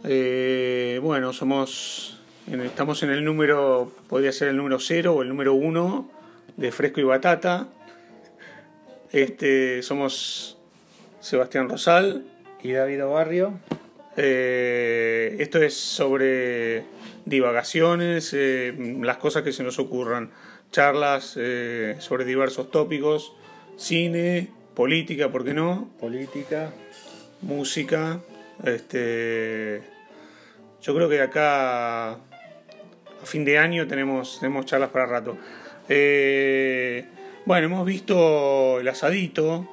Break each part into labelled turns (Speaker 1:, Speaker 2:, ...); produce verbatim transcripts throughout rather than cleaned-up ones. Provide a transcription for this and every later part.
Speaker 1: Eh, bueno, somos en- estamos en el número, podría ser el número cero o el número uno de Fresco y Batata. Este, somos Sebastián Rosal.
Speaker 2: Y David Barrio.
Speaker 1: Eh, esto es sobre divagaciones, eh, las cosas que se nos ocurran, charlas eh, sobre diversos tópicos, cine, política, ¿por qué no?
Speaker 2: Política.
Speaker 1: Música. Este, yo creo que de acá a fin de año tenemos, tenemos charlas para rato. Eh, bueno, hemos visto El Asadito.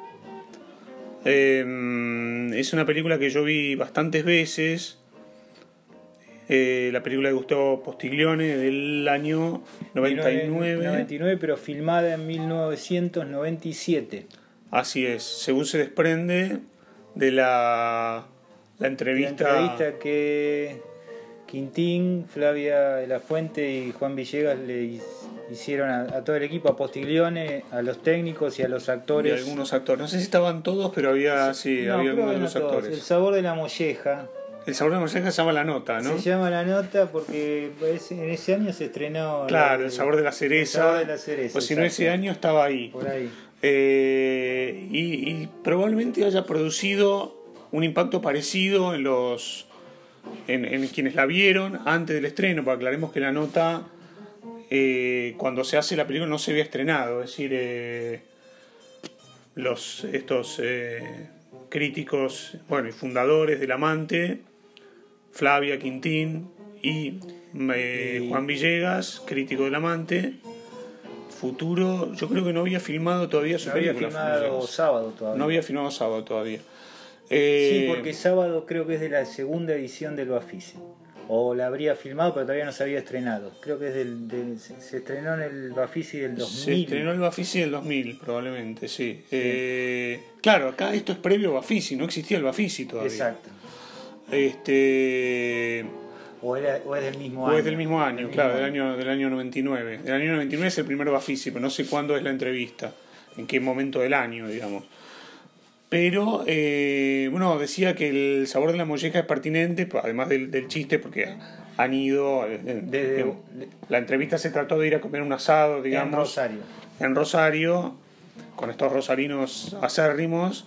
Speaker 1: Eh, es una película que yo vi bastantes veces. Eh, la película de Gustavo Postiglione del año noventa y nueve.
Speaker 2: noventa y nueve, pero filmada en mil novecientos noventa y siete.
Speaker 1: Así es, según se desprende de la, la entrevista.
Speaker 2: La entrevista que Quintín, Flavia de la Fuente y Juan Villegas le hicieron a, a todo el equipo, a Postiglione, a los técnicos y a los actores.
Speaker 1: Y algunos actores. No sé si estaban todos, pero había, sí,
Speaker 2: no,
Speaker 1: había algunos de
Speaker 2: no
Speaker 1: los
Speaker 2: todos.
Speaker 1: actores.
Speaker 2: El sabor de la molleja.
Speaker 1: El sabor de la molleja se llama La Nota, ¿no?
Speaker 2: Se llama La Nota porque en ese año se estrenó.
Speaker 1: Claro,
Speaker 2: la,
Speaker 1: El Sabor de la Cereza.
Speaker 2: El Sabor de la Cereza.
Speaker 1: Pues si no, ese año estaba ahí.
Speaker 2: Por ahí.
Speaker 1: Eh, y, y probablemente haya producido un impacto parecido en los en, en quienes la vieron antes del estreno, porque aclaremos que La Nota, eh, cuando se hace la película, no se había estrenado. Es decir, eh, los estos eh, críticos, bueno, y fundadores del Amante, Flavia, Quintín y, eh,
Speaker 2: Y-
Speaker 1: Juan Villegas, crítico del Amante. Futuro, yo creo que no había filmado todavía su
Speaker 2: No había
Speaker 1: película.
Speaker 2: filmado
Speaker 1: Villegas.
Speaker 2: sábado todavía.
Speaker 1: No había filmado Sábado todavía. Eh,
Speaker 2: Sí, porque sábado creo que es de la segunda edición del Bafisi. O la habría filmado, pero todavía no se había estrenado. Creo que es del, del- se, se estrenó en el Bafisi del dos mil.
Speaker 1: Se estrenó el Bafisi del dos mil, probablemente, sí. Eh, claro, acá esto es previo Bafisi, no existía el Bafisi todavía.
Speaker 2: Exacto.
Speaker 1: Este,
Speaker 2: O, era, o es del mismo
Speaker 1: o
Speaker 2: año.
Speaker 1: es del mismo año,
Speaker 2: Del
Speaker 1: claro,
Speaker 2: mismo
Speaker 1: del año, del año noventa y nueve. Del año noventa y nueve es el primer Bafisi, pero no sé cuándo es la entrevista, en qué momento del año, digamos. Pero, eh, bueno, decía que el sabor de la molleja es pertinente, pues, además del, del chiste, porque han ido. eh,
Speaker 2: Desde-
Speaker 1: eh, la entrevista se trató de ir a comer un asado, digamos.
Speaker 2: En Rosario.
Speaker 1: En Rosario, con estos rosarinos acérrimos.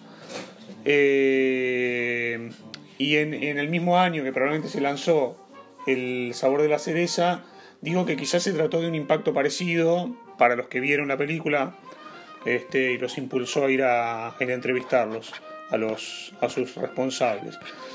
Speaker 1: Eh, y en, en el mismo año que probablemente se lanzó El Sabor de la Cereza, digo que quizás se trató de un impacto parecido para los que vieron la película. Este, y los impulsó a ir a, a ir a entrevistarlos a los a sus responsables.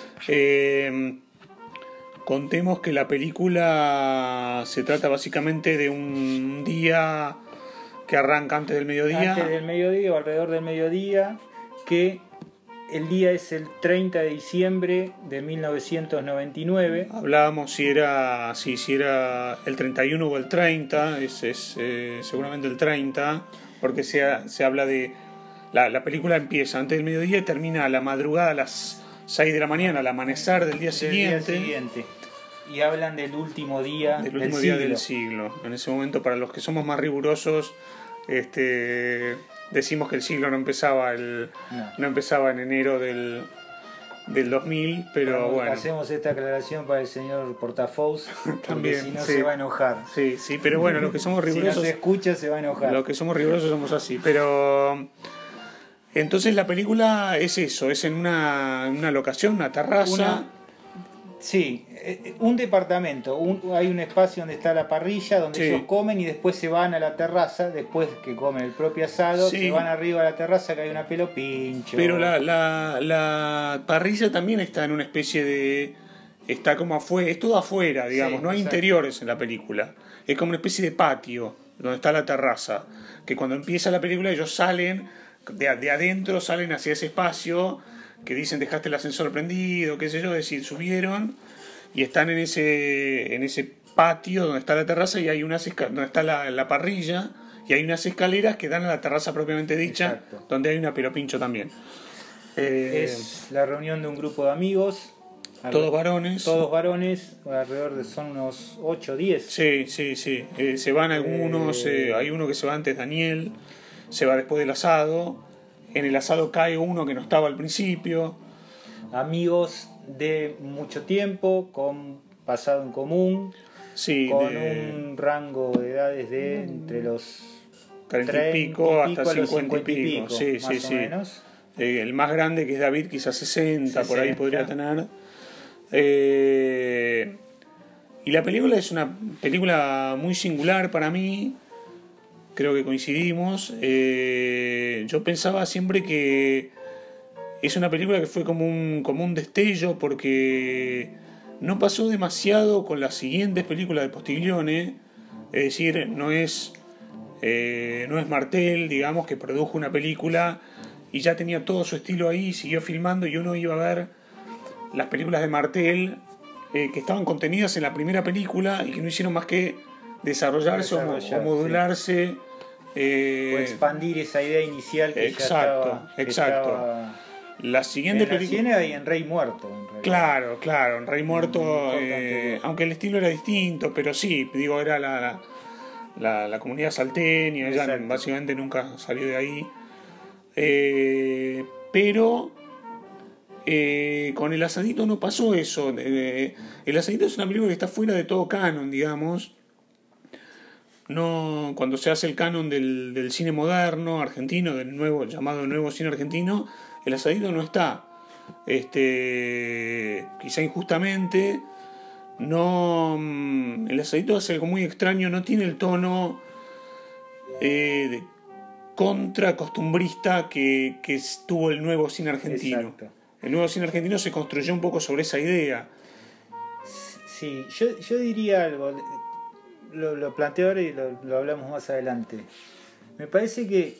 Speaker 1: Eh, contemos que la película se trata básicamente de un día que arranca antes del mediodía.
Speaker 2: Antes del mediodía o alrededor del mediodía, que el día es el treinta de diciembre de mil novecientos noventa y nueve.
Speaker 1: Hablábamos si era si, si era el treinta y uno o el treinta, es, es eh, seguramente el treinta, porque se, ha- se habla de la, la película empieza antes del mediodía y termina a la madrugada a las seis de la mañana, al amanecer del día
Speaker 2: Del
Speaker 1: siguiente.
Speaker 2: día siguiente. Y hablan del último día
Speaker 1: Del
Speaker 2: del,
Speaker 1: último día
Speaker 2: siglo.
Speaker 1: del siglo. En ese momento, para los que somos más rigurosos, este, decimos que el siglo no empezaba el
Speaker 2: No.
Speaker 1: no empezaba en enero del, del dos mil, pero
Speaker 2: Bueno,
Speaker 1: bueno.
Speaker 2: hacemos esta aclaración para el señor Portafous, porque
Speaker 1: También,
Speaker 2: si no
Speaker 1: sí.
Speaker 2: se va a enojar.
Speaker 1: Sí, sí, pero bueno, los que somos
Speaker 2: Si no
Speaker 1: rigurosos,
Speaker 2: se escucha, se va a enojar.
Speaker 1: los que somos rigurosos somos así. Pero entonces la película es eso, es en una, una locación, una terraza.
Speaker 2: Una- Sí, eh, un departamento, un- hay un espacio donde está la parrilla, donde
Speaker 1: Sí.
Speaker 2: ellos comen y después se van a la terraza, después que comen el propio asado,
Speaker 1: Sí.
Speaker 2: se van arriba a la terraza que hay una pelo pincho.
Speaker 1: Pero la, la, la parrilla también está en una especie de... Está como afuera, es todo afuera, digamos,
Speaker 2: Sí,
Speaker 1: no hay
Speaker 2: exacto.
Speaker 1: interiores en la película. Es como una especie de patio donde está la terraza. Que cuando empieza la película ellos salen, de, de adentro salen hacia ese espacio, que dicen dejaste el ascensor prendido, qué sé yo, es decir, subieron y están en ese, en ese patio donde está la terraza y hay unas esca- donde está la, la parrilla y hay unas escaleras que dan a la terraza propiamente dicha,
Speaker 2: Exacto.
Speaker 1: donde hay una pelopincho también. Eh,
Speaker 2: Es la reunión de un grupo de amigos.
Speaker 1: todos varones.
Speaker 2: Todos varones, alrededor de son unos ocho o diez.
Speaker 1: Sí, sí, sí. Eh, se van algunos,
Speaker 2: Eh,
Speaker 1: eh, hay uno que se va antes, Daniel, se va después del asado. En el asado cae uno que no estaba al principio.
Speaker 2: amigos de mucho tiempo, con pasado en común,
Speaker 1: sí,
Speaker 2: con
Speaker 1: de
Speaker 2: un rango de edades de entre los
Speaker 1: treinta y pico hasta
Speaker 2: a los
Speaker 1: cincuenta y pico, sí,
Speaker 2: más
Speaker 1: sí,
Speaker 2: o
Speaker 1: sí.
Speaker 2: menos.
Speaker 1: Eh, el más grande, que es David, quizás sesenta, por ahí
Speaker 2: sesenta.
Speaker 1: podría tener. Eh, y la película es una película muy singular para mí, creo que coincidimos. Eh, yo pensaba siempre que es una película que fue como un, como un destello, porque no pasó demasiado con las siguientes películas de Postiglione. Es decir, no es, eh, no es Martel, digamos, que produjo una película y ya tenía todo su estilo ahí, siguió filmando, y uno iba a ver las películas de Martel eh, que estaban contenidas en la primera película y que no hicieron más que desarrollarse o,
Speaker 2: Desarrollar,
Speaker 1: o modularse.
Speaker 2: sí.
Speaker 1: Eh,
Speaker 2: O expandir esa idea inicial que
Speaker 1: exacto,
Speaker 2: ya estaba, que
Speaker 1: exacto.
Speaker 2: estaba
Speaker 1: la siguiente
Speaker 2: en la
Speaker 1: película.
Speaker 2: Ciénaga y en Rey Muerto. En realidad.
Speaker 1: Claro, claro, en Rey Muerto,
Speaker 2: Mm,
Speaker 1: eh, aunque el estilo era distinto, pero sí, digo, era la, la, la, la comunidad salteña, ella
Speaker 2: Exacto.
Speaker 1: básicamente nunca salió de ahí. Eh, pero eh, con El Asadito no pasó eso. Eh, El Asadito es una película que está fuera de todo canon, digamos. No, cuando se hace el canon del, del cine moderno argentino, del nuevo llamado nuevo cine argentino, El Asadito no está. Este, quizá injustamente, no. El Asadito hace algo muy extraño, no tiene el tono eh, de contra costumbrista que, que tuvo el nuevo cine argentino.
Speaker 2: Exacto.
Speaker 1: El nuevo cine argentino se construyó un poco sobre esa idea.
Speaker 2: Sí, yo, yo diría algo, lo, lo planteo ahora y lo, lo hablamos más adelante. Me parece que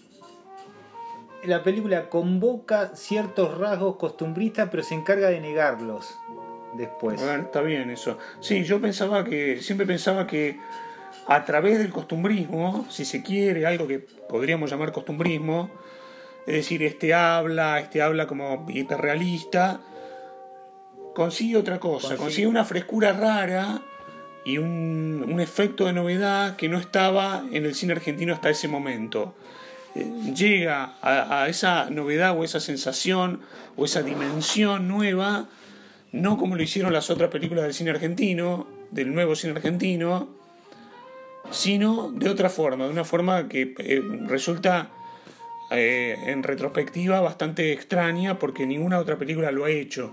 Speaker 2: la película convoca ciertos rasgos costumbristas, pero se encarga de negarlos después.
Speaker 1: A ver, está bien eso. Sí, yo pensaba que, siempre pensaba que a través del costumbrismo, si se quiere, algo que podríamos llamar costumbrismo, es decir, este habla, este habla como hiperrealista, consigue otra cosa, consigue, consigue una frescura rara y un, un efecto de novedad que no estaba en el cine argentino hasta ese momento. Eh, llega a, a esa novedad o esa sensación o esa dimensión nueva, no como lo hicieron las otras películas del cine argentino, del nuevo cine argentino, sino de otra forma, de una forma que eh, resulta eh, en retrospectiva bastante extraña, porque ninguna otra película lo ha hecho.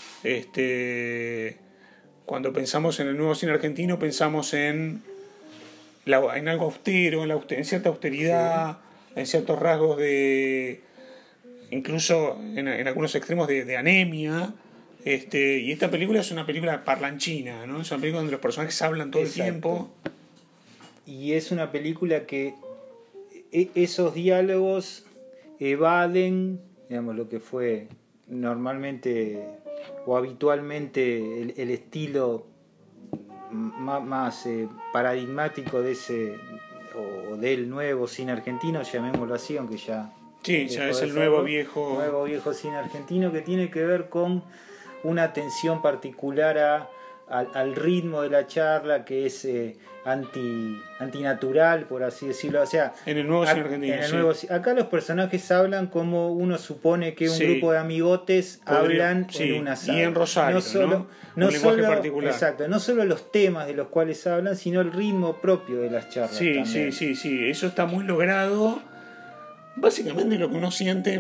Speaker 1: Este, cuando pensamos en el nuevo cine argentino, pensamos en, la, en algo austero, en, la, en cierta austeridad, sí. En ciertos rasgos de, incluso en, en algunos extremos de, de anemia. Este, y esta película es una película parlanchina, ¿no? Es una película donde los personajes hablan todo Exacto. el tiempo.
Speaker 2: Y es una película que esos diálogos evaden, digamos, lo que fue normalmente o habitualmente el, el estilo más, más eh, paradigmático de ese o del nuevo cine argentino, llamémoslo así, aunque ya
Speaker 1: sí, ya es el nuevo viejo
Speaker 2: nuevo viejo cine argentino, que tiene que ver con una atención particular a, al, al ritmo de la charla, que es eh, anti antinatural, por así decirlo. O sea,
Speaker 1: en el nuevo cine argentino,
Speaker 2: en el
Speaker 1: sí.
Speaker 2: nuevo, acá los personajes hablan como uno supone que un
Speaker 1: sí.
Speaker 2: grupo de amigotes Podría, hablan
Speaker 1: sí.
Speaker 2: en una sala.
Speaker 1: Y en Rosario,
Speaker 2: no solo,
Speaker 1: ¿no?
Speaker 2: no
Speaker 1: un
Speaker 2: solo,
Speaker 1: lenguaje particular.
Speaker 2: Exacto, no solo los temas de los cuales hablan, sino el ritmo propio de las charlas.
Speaker 1: Sí,
Speaker 2: también.
Speaker 1: sí, sí, sí. Eso está muy logrado. Básicamente lo que uno siente,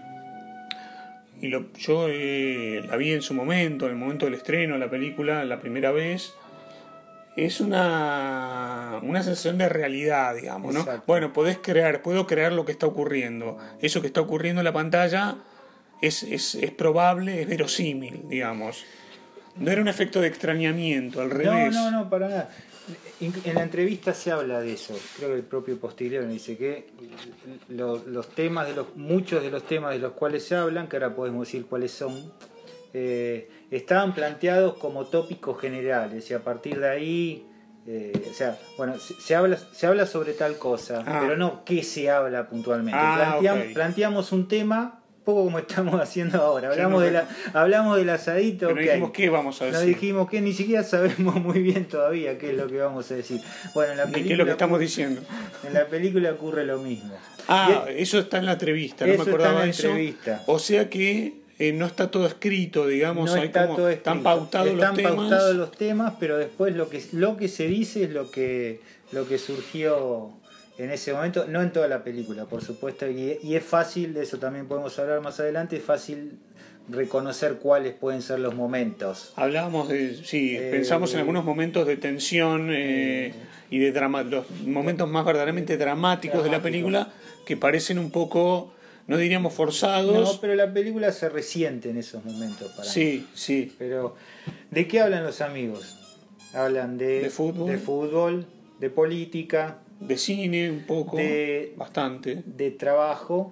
Speaker 1: y lo, yo eh, la vi en su momento, en el momento del estreno, la película, la primera vez, es una, una sensación de realidad, digamos, ¿no?
Speaker 2: Exacto.
Speaker 1: Bueno, podés crear, puedo crear lo que está ocurriendo. Eso que está ocurriendo en la pantalla es, es, es probable, es verosímil, digamos. No era un efecto de extrañamiento, al revés.
Speaker 2: No, no, no, para nada. En la entrevista se habla de eso. Creo que el propio Postiglione dice que los, los temas de los muchos de los temas de los cuales se hablan, que ahora podemos decir cuáles son, eh, estaban planteados como tópicos generales, y a partir de ahí, eh, o sea, bueno, se, se habla se habla sobre tal cosa,
Speaker 1: ah.
Speaker 2: pero no qué se habla puntualmente.
Speaker 1: Ah,
Speaker 2: Planteam,
Speaker 1: okay.
Speaker 2: Planteamos un tema, poco como estamos haciendo ahora. Hablamos, sí, no, de la, hablamos del asadito.
Speaker 1: Pero no dijimos qué vamos a decir.
Speaker 2: No dijimos qué, ni siquiera sabemos muy bien todavía qué es lo que vamos a decir. Bueno, en la película,
Speaker 1: ¿qué es lo que estamos diciendo?
Speaker 2: En la película ocurre lo mismo.
Speaker 1: Ah, es, eso está en la entrevista, no
Speaker 2: eso
Speaker 1: me acordaba
Speaker 2: está en la
Speaker 1: de eso.
Speaker 2: Entrevista.
Speaker 1: O sea que eh, no está todo escrito, digamos,
Speaker 2: no
Speaker 1: hay
Speaker 2: está
Speaker 1: como,
Speaker 2: todo
Speaker 1: están
Speaker 2: escrito.
Speaker 1: pautados
Speaker 2: Están
Speaker 1: los temas.
Speaker 2: pautados los temas, pero después lo que, lo que se dice es lo que, lo que surgió en ese momento, no en toda la película, por supuesto, y, y es fácil, de eso también podemos hablar más adelante, es fácil reconocer cuáles pueden ser los momentos.
Speaker 1: Hablábamos de, sí,
Speaker 2: Eh,
Speaker 1: pensamos en algunos momentos de tensión eh, y de drama, los momentos más verdaderamente dramáticos de la película que parecen un poco, no diríamos forzados.
Speaker 2: No, pero la película se resiente en esos momentos para
Speaker 1: Sí,
Speaker 2: mí.
Speaker 1: sí.
Speaker 2: Pero, ¿de qué hablan los amigos? Hablan de,
Speaker 1: De fútbol.
Speaker 2: de fútbol, de política,
Speaker 1: De cine un poco,
Speaker 2: de,
Speaker 1: bastante.
Speaker 2: de trabajo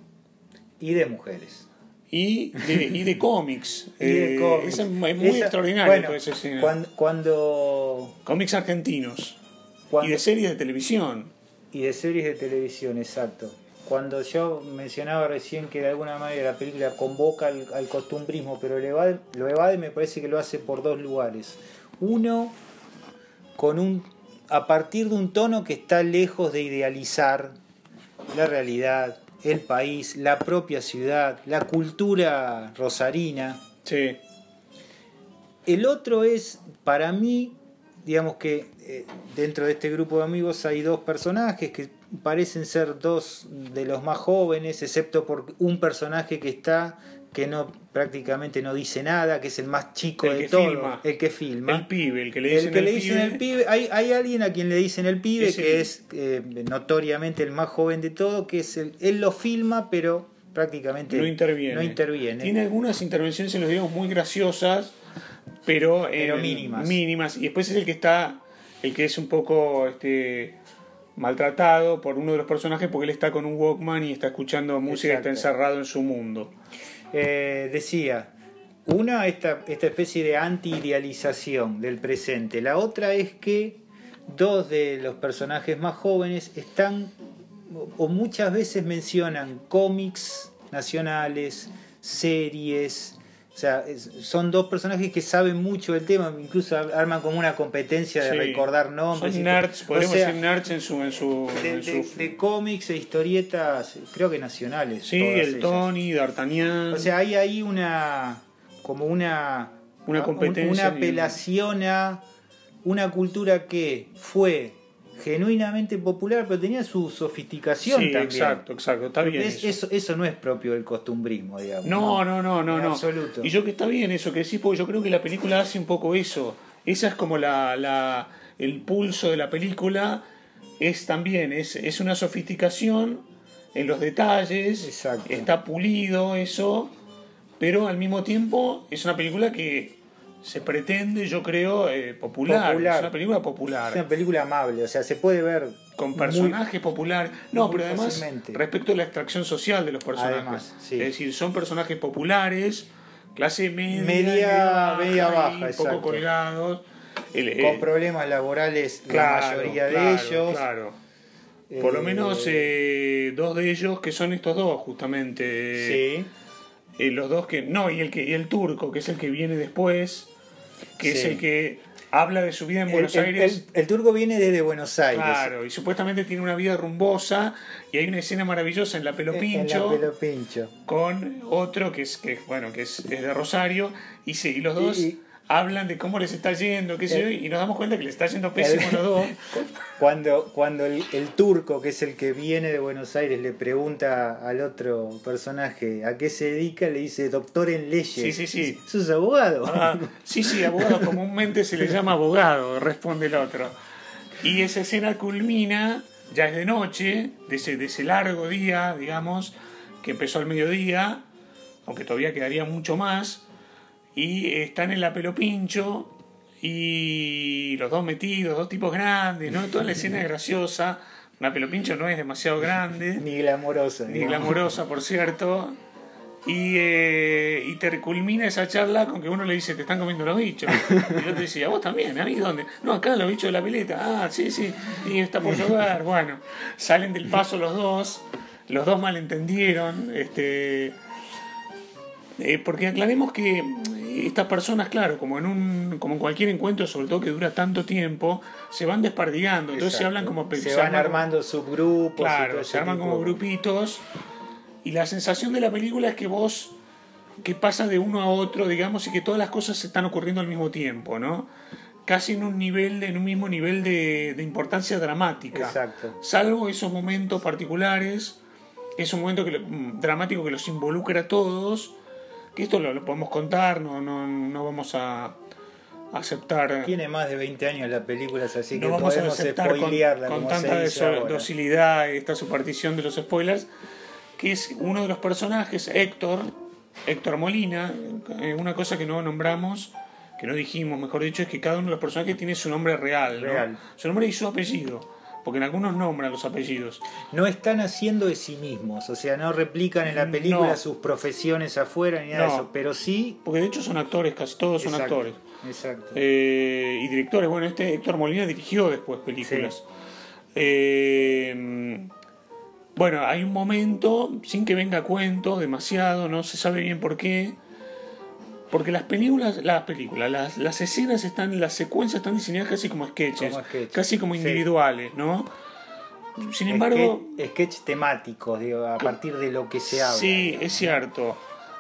Speaker 2: y de mujeres.
Speaker 1: Y de, y de cómics.
Speaker 2: Y de
Speaker 1: eh,
Speaker 2: cómics.
Speaker 1: esa es muy
Speaker 2: Esa-
Speaker 1: extraordinaria
Speaker 2: bueno,
Speaker 1: toda esa escena.
Speaker 2: Cuando, cuando,
Speaker 1: Cómics argentinos.
Speaker 2: cuando-
Speaker 1: Y de series de televisión.
Speaker 2: y de series de televisión, exacto. Cuando yo mencionaba recién que de alguna manera la película convoca al, al costumbrismo, pero lo evade, lo evade, me parece que lo hace por dos lugares. Uno, con un a partir de un tono que está lejos de idealizar la realidad, el país, la propia ciudad, la cultura rosarina.
Speaker 1: Sí.
Speaker 2: El otro es, para mí, digamos que eh, dentro de este grupo de amigos hay dos personajes que parecen ser dos de los más jóvenes, excepto por un personaje que está, que no prácticamente no dice nada, que es el más chico
Speaker 1: El
Speaker 2: de
Speaker 1: que
Speaker 2: todo,
Speaker 1: filma.
Speaker 2: el que filma.
Speaker 1: El pibe, el que le dicen
Speaker 2: el que
Speaker 1: el
Speaker 2: le
Speaker 1: pibe.
Speaker 2: dicen el pibe. Hay, hay alguien a quien le dicen el pibe,
Speaker 1: Es
Speaker 2: que
Speaker 1: el-
Speaker 2: es eh, notoriamente el más joven de todo, que es el, él lo filma, pero prácticamente
Speaker 1: No interviene.
Speaker 2: no interviene.
Speaker 1: Tiene algunas intervenciones en los diálogos muy graciosas, pero, eh,
Speaker 2: Pero mínimas.
Speaker 1: mínimas. Y después es el que está, el que es un poco este maltratado por uno de los personajes porque él está con un Walkman y está escuchando música y está
Speaker 2: Exacto.
Speaker 1: encerrado en su mundo.
Speaker 2: Eh, decía, una, esta, esta especie de anti-idealización del presente. La otra es que dos de los personajes más jóvenes están, o muchas veces mencionan cómics nacionales, series. O sea, es- son dos personajes que saben mucho del tema, incluso arman como una competencia de
Speaker 1: Sí.
Speaker 2: recordar nombres.
Speaker 1: Son
Speaker 2: y-
Speaker 1: nerds,
Speaker 2: o
Speaker 1: podríamos
Speaker 2: sea,
Speaker 1: decir nerds en su... En su,
Speaker 2: de,
Speaker 1: en
Speaker 2: de-
Speaker 1: su-
Speaker 2: de cómics e historietas, creo que nacionales.
Speaker 1: sí,
Speaker 2: todas
Speaker 1: el
Speaker 2: ellas.
Speaker 1: Tony, D'Artagnan.
Speaker 2: O sea, hay ahí una como una
Speaker 1: Una
Speaker 2: un-
Speaker 1: competencia
Speaker 2: una
Speaker 1: y-
Speaker 2: apelación a una cultura que fue genuinamente popular, pero tenía su sofisticación
Speaker 1: sí,
Speaker 2: también.
Speaker 1: exacto, exacto, está bien
Speaker 2: Es-
Speaker 1: eso.
Speaker 2: eso. eso no es propio del costumbrismo, digamos.
Speaker 1: No, no, no, no,
Speaker 2: En
Speaker 1: no.
Speaker 2: absoluto.
Speaker 1: Y yo que está bien eso que decís, porque yo creo que la película hace un poco eso. Esa es como la, la el pulso de la película, es también, es, es una sofisticación en los detalles,
Speaker 2: Exacto.
Speaker 1: está pulido eso, pero al mismo tiempo es una película que se pretende, yo creo, eh, popular.
Speaker 2: Popular.
Speaker 1: Es una película popular.
Speaker 2: Es una película amable, o sea, se puede ver
Speaker 1: Con
Speaker 2: muy-
Speaker 1: personajes populares. No,
Speaker 2: muy
Speaker 1: pero además,
Speaker 2: fácilmente.
Speaker 1: respecto a la extracción social de los personajes.
Speaker 2: Además, sí.
Speaker 1: Es decir, son personajes populares, clase media,
Speaker 2: Media- media
Speaker 1: y
Speaker 2: baja,
Speaker 1: poco
Speaker 2: exacto.
Speaker 1: colgados. El-
Speaker 2: con
Speaker 1: eh,
Speaker 2: problemas laborales
Speaker 1: claro,
Speaker 2: la mayoría de
Speaker 1: claro,
Speaker 2: ellos.
Speaker 1: Claro. Por lo
Speaker 2: Eh,
Speaker 1: menos eh, dos de ellos que son estos dos, justamente.
Speaker 2: Sí.
Speaker 1: Eh, los dos que. No, y el que y el turco, que es el que viene después, que es
Speaker 2: Sí.
Speaker 1: el que habla de su vida en
Speaker 2: El,
Speaker 1: Buenos
Speaker 2: el-
Speaker 1: Aires.
Speaker 2: el- el turco viene desde Buenos Aires.
Speaker 1: Claro, y supuestamente tiene una vida rumbosa y hay una escena maravillosa en La Pelo
Speaker 2: En- en
Speaker 1: Pincho
Speaker 2: la Pelo Pincho.
Speaker 1: con otro que es que bueno que es, es de Rosario y sí, y los dos
Speaker 2: Y- y-
Speaker 1: hablan de cómo les está yendo, qué sé yo,
Speaker 2: El-
Speaker 1: y nos damos cuenta que les está yendo pésimo a los dos.
Speaker 2: Cuando, cuando el, el turco, que es el que viene de Buenos Aires, le pregunta al otro personaje a qué se dedica, le dice doctor en leyes.
Speaker 1: Sí, sí, sí.
Speaker 2: ¿Sos abogado?
Speaker 1: Ah, sí, sí, abogado comúnmente se le llama abogado, responde el otro. Y esa escena culmina, ya es de noche, de ese, de ese largo día, digamos, que empezó al mediodía, aunque todavía quedaría mucho más, y están en La Pelo Pincho, y los dos metidos, dos tipos grandes, ¿no? Toda la escena es graciosa. La Pelo Pincho no es demasiado grande,
Speaker 2: Ni glamorosa.
Speaker 1: ni
Speaker 2: digamos.
Speaker 1: glamorosa, por cierto. Y, eh, y te culmina esa charla con que uno le dice, te están comiendo los bichos. Y el otro dice, ¿a vos también? ¿A mí dónde? No, acá los bichos de la pileta. Ah, sí, sí. Y está por llover. Bueno, salen del paso los dos. Los dos malentendieron. Este, eh, porque aclaremos que estas personas, claro, como en un como en cualquier encuentro, sobre todo que dura tanto tiempo, se van despardigando. Entonces se
Speaker 2: Exacto.
Speaker 1: hablan como...
Speaker 2: Se van
Speaker 1: arman-
Speaker 2: armando subgrupos. y todo
Speaker 1: Claro,
Speaker 2: ese
Speaker 1: se arman
Speaker 2: tipo
Speaker 1: como
Speaker 2: de-
Speaker 1: grupitos y la sensación de la película es que vos que pasa de uno a otro, digamos, y que todas las cosas se están ocurriendo al mismo tiempo, ¿no? Casi en un nivel, en un mismo nivel de, de importancia dramática.
Speaker 2: Exacto.
Speaker 1: Salvo esos momentos particulares, es un momento que lo, dramático que los involucra a todos, que esto lo, lo podemos contar, no, no, no vamos a aceptar.
Speaker 2: Tiene más de veinte años la película, así
Speaker 1: no
Speaker 2: que
Speaker 1: vamos
Speaker 2: podemos
Speaker 1: a aceptar
Speaker 2: spoilearla
Speaker 1: con, con
Speaker 2: como
Speaker 1: tanta
Speaker 2: se dice
Speaker 1: deso-
Speaker 2: ahora.
Speaker 1: docilidad esta superstición de los spoilers, que es uno de los personajes, Héctor, Héctor Molina. eh, Una cosa que no nombramos, que no dijimos, mejor dicho, es que cada uno de los personajes tiene su nombre real, ¿no?
Speaker 2: Real.
Speaker 1: Su nombre y su apellido, porque en algunos nombran los apellidos.
Speaker 2: No están haciendo de sí mismos, o sea, no replican en la película
Speaker 1: No.
Speaker 2: sus profesiones afuera ni nada
Speaker 1: No.
Speaker 2: de eso, pero sí.
Speaker 1: Porque de hecho son actores, casi todos son
Speaker 2: Exacto,
Speaker 1: actores.
Speaker 2: Exacto.
Speaker 1: Eh, y directores. Bueno, este Héctor Molina dirigió después películas. Eh, bueno, hay un momento, sin que venga a cuento demasiado, no se sabe bien por qué. Porque las películas, las películas, las, las escenas están, las secuencias están diseñadas casi como sketches,
Speaker 2: Como sketch.
Speaker 1: casi como
Speaker 2: Sí.
Speaker 1: individuales, ¿no? Sin embargo,
Speaker 2: Sketch, sketch temáticos, digo, a partir de lo que se habla.
Speaker 1: sí, es cierto.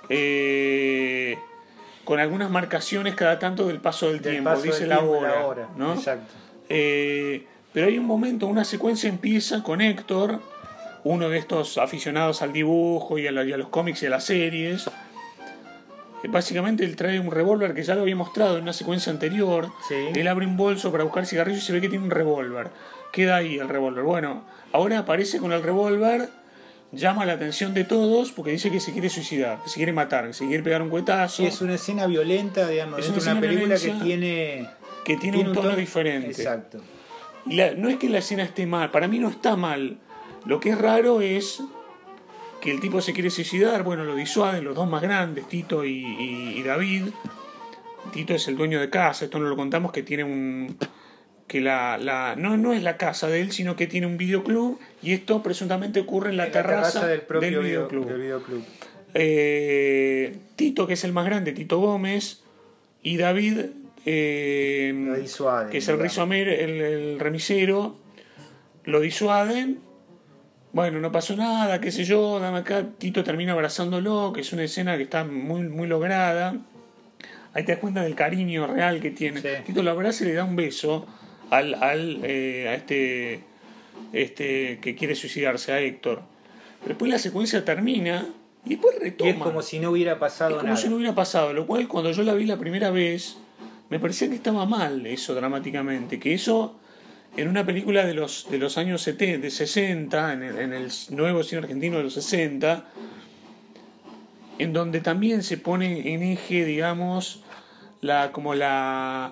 Speaker 1: Eh, con algunas marcaciones cada tanto del paso del,
Speaker 2: Del
Speaker 1: tiempo,
Speaker 2: paso
Speaker 1: dice
Speaker 2: del
Speaker 1: la
Speaker 2: tiempo y
Speaker 1: hora,
Speaker 2: la hora,
Speaker 1: ¿no?
Speaker 2: exacto.
Speaker 1: Eh, pero hay un momento, una secuencia empieza con Héctor, uno de estos aficionados al dibujo y a, la- y a los cómics y a las series. Eh, Básicamente él trae un revólver que ya lo había mostrado en una secuencia anterior.
Speaker 2: Sí.
Speaker 1: Él abre un bolso para buscar cigarrillos y se ve que tiene un revólver. Queda ahí el revólver. Bueno, ahora aparece con el revólver, llama la atención de todos porque dice que se quiere suicidar, que se quiere matar, que se quiere pegar un cuetazo.
Speaker 2: Sí, es una escena violenta, digamos,
Speaker 1: Es
Speaker 2: dentro
Speaker 1: una
Speaker 2: de una
Speaker 1: escena
Speaker 2: película
Speaker 1: violencia
Speaker 2: que tiene,
Speaker 1: que tiene, un tono, diferente.
Speaker 2: Exacto.
Speaker 1: Y la- no es que la escena esté mal, para mí no está mal. Lo que es raro es que el tipo se quiere suicidar. Bueno, lo disuaden los dos más grandes, Tito y, y- y David. Tito es el dueño de casa, esto no lo contamos, que tiene un... que la, la no, no es la casa de él, sino que tiene un videoclub, y esto presuntamente ocurre en la,
Speaker 2: En
Speaker 1: terraza,
Speaker 2: del propio video-
Speaker 1: videoclub.
Speaker 2: del videoclub.
Speaker 1: Eh, Tito, que es el más grande, Tito Gómez, y David, eh,
Speaker 2: Lo disuaden,
Speaker 1: que es el,
Speaker 2: digamos.
Speaker 1: rizomer- el, el remisero, lo disuaden. Bueno, no pasó nada, qué sé yo, dame acá. Tito termina abrazándolo, que es una escena que está muy, muy lograda. Ahí te das cuenta del cariño real que tiene.
Speaker 2: Sí.
Speaker 1: Tito lo abraza y le da un beso al, al eh, a este, este que quiere suicidarse, a Héctor. Después la secuencia termina y después retoma.
Speaker 2: Y es como si no hubiera pasado
Speaker 1: Es como
Speaker 2: nada.
Speaker 1: si no hubiera pasado, lo cual cuando yo la vi la primera vez me parecía que estaba mal eso dramáticamente, que eso en una película de los de los años setenta, de sesenta, en el, en el nuevo cine argentino de los sesenta, en donde también se pone en eje, digamos, la como la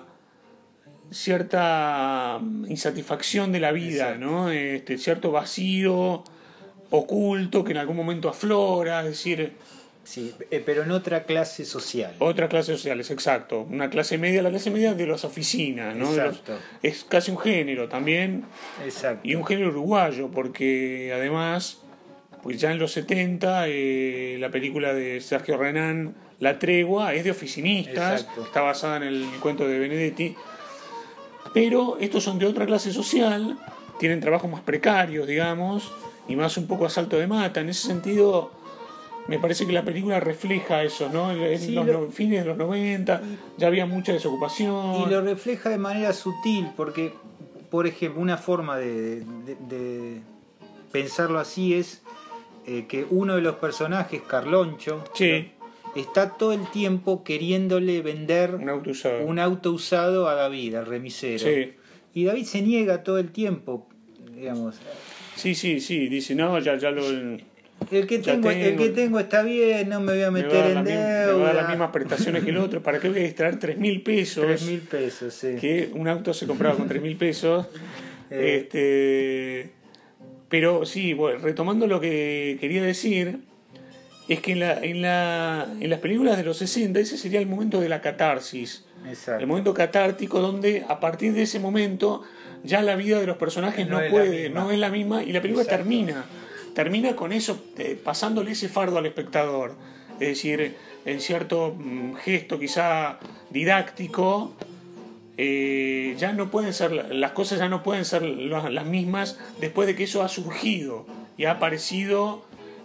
Speaker 1: cierta insatisfacción de la vida,
Speaker 2: Exacto.
Speaker 1: ¿no? Este cierto vacío oculto que en algún momento aflora, es decir,
Speaker 2: Sí, eh, pero en otra clase social.
Speaker 1: otras clases sociales, exacto. Una clase media, la clase media de las oficinas, ¿no? De los-
Speaker 2: Exacto.
Speaker 1: es casi un género también,
Speaker 2: Exacto.
Speaker 1: y un género uruguayo, porque además, pues ya en los setenta, eh, la película de Sergio Renán, La Tregua, es de oficinistas,
Speaker 2: Exacto.
Speaker 1: está basada en el cuento de Benedetti, pero estos son de otra clase social, tienen trabajos más precarios, digamos, y más un poco a salto de mata. En ese sentido, me parece que la película refleja eso, ¿no? En
Speaker 2: Sí,
Speaker 1: los
Speaker 2: lo-
Speaker 1: no- fines de los noventa ya había mucha desocupación.
Speaker 2: Y lo refleja de manera sutil, porque, por ejemplo, una forma de, de- de pensarlo así es eh, que uno de los personajes, Carloncho,
Speaker 1: Sí,
Speaker 2: está todo el tiempo queriéndole vender
Speaker 1: un auto usado.
Speaker 2: un auto usado a David, al remisero.
Speaker 1: Sí.
Speaker 2: Y David se niega todo el tiempo, digamos.
Speaker 1: Sí, sí, sí, dice, no, ya, ya lo...
Speaker 2: El que
Speaker 1: Ya
Speaker 2: tengo, el
Speaker 1: tengo.
Speaker 2: que tengo está bien, no me voy a
Speaker 1: Me va, a
Speaker 2: meter
Speaker 1: dar
Speaker 2: en
Speaker 1: la misma- me va a dar las
Speaker 2: deuda.
Speaker 1: mismas prestaciones que el otro. ¿Para qué voy a extraer tres mil pesos?
Speaker 2: Tres mil pesos, sí.
Speaker 1: Que un auto se compraba con tres mil pesos.
Speaker 2: Eh.
Speaker 1: Este, pero sí, bueno, retomando lo que quería decir, es que en, la, en, la, en las películas de los sesenta ese sería el momento de la catarsis.
Speaker 2: Exacto.
Speaker 1: El momento catártico donde a partir de ese momento ya la vida de los personajes
Speaker 2: No
Speaker 1: no,
Speaker 2: es la
Speaker 1: puede,
Speaker 2: misma.
Speaker 1: no es la misma, y la película
Speaker 2: Exacto.
Speaker 1: termina. Termina con eso, eh, pasándole ese fardo al espectador. Es decir, en cierto mm, gesto quizá didáctico, eh, ya no pueden ser, las cosas ya no pueden ser las, las mismas después de que eso ha surgido y ha aparecido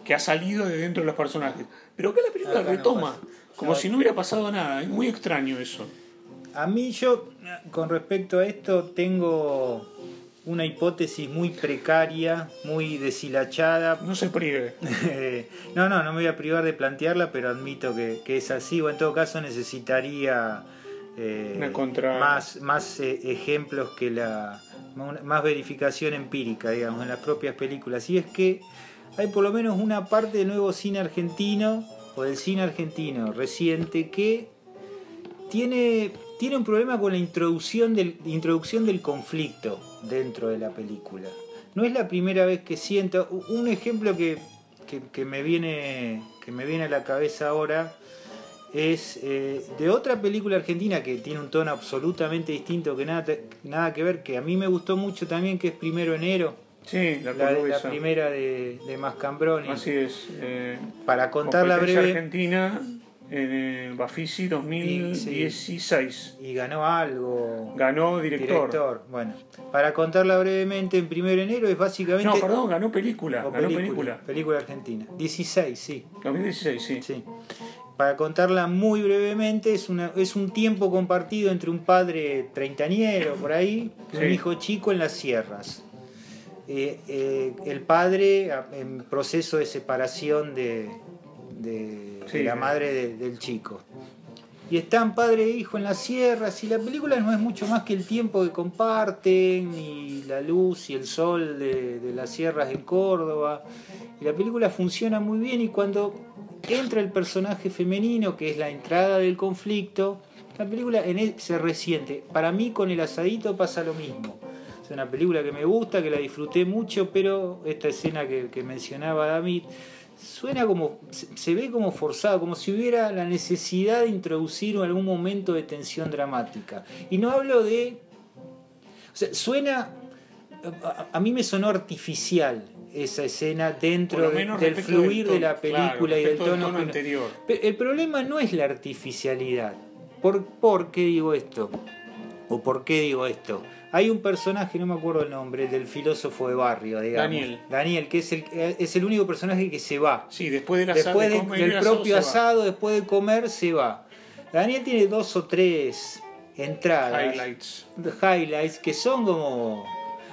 Speaker 1: que ha salido de dentro de los personajes. Pero acá la película
Speaker 2: Acá no
Speaker 1: retoma,
Speaker 2: pasa.
Speaker 1: como
Speaker 2: No,
Speaker 1: si no hubiera pasado nada. Es muy extraño eso.
Speaker 2: A mí yo, con respecto a esto, tengo una hipótesis muy precaria, muy deshilachada.
Speaker 1: No se prive.
Speaker 2: no, no, no me voy a privar de plantearla, pero admito que, que es así, o en todo caso necesitaría eh,
Speaker 1: Una contra-
Speaker 2: más, más eh, ejemplos que la... más verificación empírica, digamos, en las propias películas. Y es que hay por lo menos una parte del nuevo cine argentino, o del cine argentino reciente, que tiene, tiene un problema con la introducción del, introducción del conflicto dentro de la película. No es la primera vez que siento. Un ejemplo que, que, que me viene, que me viene a la cabeza ahora es eh, de otra película argentina que tiene un tono absolutamente distinto, que nada, nada que ver, que a mí me gustó mucho también, que es Primero de Enero.
Speaker 1: Sí, la
Speaker 2: La, la
Speaker 1: cordobesa.
Speaker 2: primera de, de Mascambroni.
Speaker 1: Así es. Eh,
Speaker 2: Para contarla
Speaker 1: competencia
Speaker 2: breve.
Speaker 1: Argentina en el Bafisi dos mil dieciséis.
Speaker 2: Y ganó algo.
Speaker 1: Ganó director.
Speaker 2: Bueno, para contarla brevemente, en Primero de Enero es básicamente.
Speaker 1: No, perdón, ganó película.
Speaker 2: o
Speaker 1: Ganó
Speaker 2: película,
Speaker 1: película.
Speaker 2: película argentina. dieciséis, sí.
Speaker 1: dos mil dieciséis, sí.
Speaker 2: Sí. Para contarla muy brevemente, es, una, es un tiempo compartido entre un padre treintañero por ahí y
Speaker 1: Sí.
Speaker 2: un hijo chico en las sierras. Eh, eh, el padre en proceso de separación de, de,
Speaker 1: Sí.
Speaker 2: de la madre de- del chico. Y están padre e hijo en las sierras y la película no es mucho más que el tiempo que comparten y la luz y el sol de, de las sierras en Córdoba. Y la película funciona muy bien y cuando entra el personaje femenino, que es la entrada del conflicto, la película en él se resiente. Para mí con El asadito pasa lo mismo. Es una película que me gusta, que la disfruté mucho, pero esta escena que, que mencionaba David suena como, se, se ve como forzado, como si hubiera la necesidad de introducir algún momento de tensión dramática. Y no hablo de... O sea, suena... A, a mí me sonó artificial esa escena dentro
Speaker 1: Por lo
Speaker 2: de-
Speaker 1: menos
Speaker 2: del
Speaker 1: respecto del
Speaker 2: fluir
Speaker 1: tono,
Speaker 2: de la película
Speaker 1: claro,
Speaker 2: y del
Speaker 1: respecto del
Speaker 2: tono,
Speaker 1: tono
Speaker 2: que-
Speaker 1: anterior.
Speaker 2: Pero el problema no es la artificialidad. ¿Por, ¿Por qué digo esto? ¿O por qué digo esto? Hay un personaje, no me acuerdo el nombre, el del filósofo de barrio, digamos.
Speaker 1: Daniel.
Speaker 2: Daniel, que es el, es el único personaje que se va.
Speaker 1: Sí, después del asado,
Speaker 2: Después
Speaker 1: de
Speaker 2: de-
Speaker 1: comer
Speaker 2: del
Speaker 1: el asado,
Speaker 2: propio
Speaker 1: se va.
Speaker 2: asado, después de comer, se va. Daniel tiene dos o tres entradas,
Speaker 1: Highlights.
Speaker 2: highlights, que son como...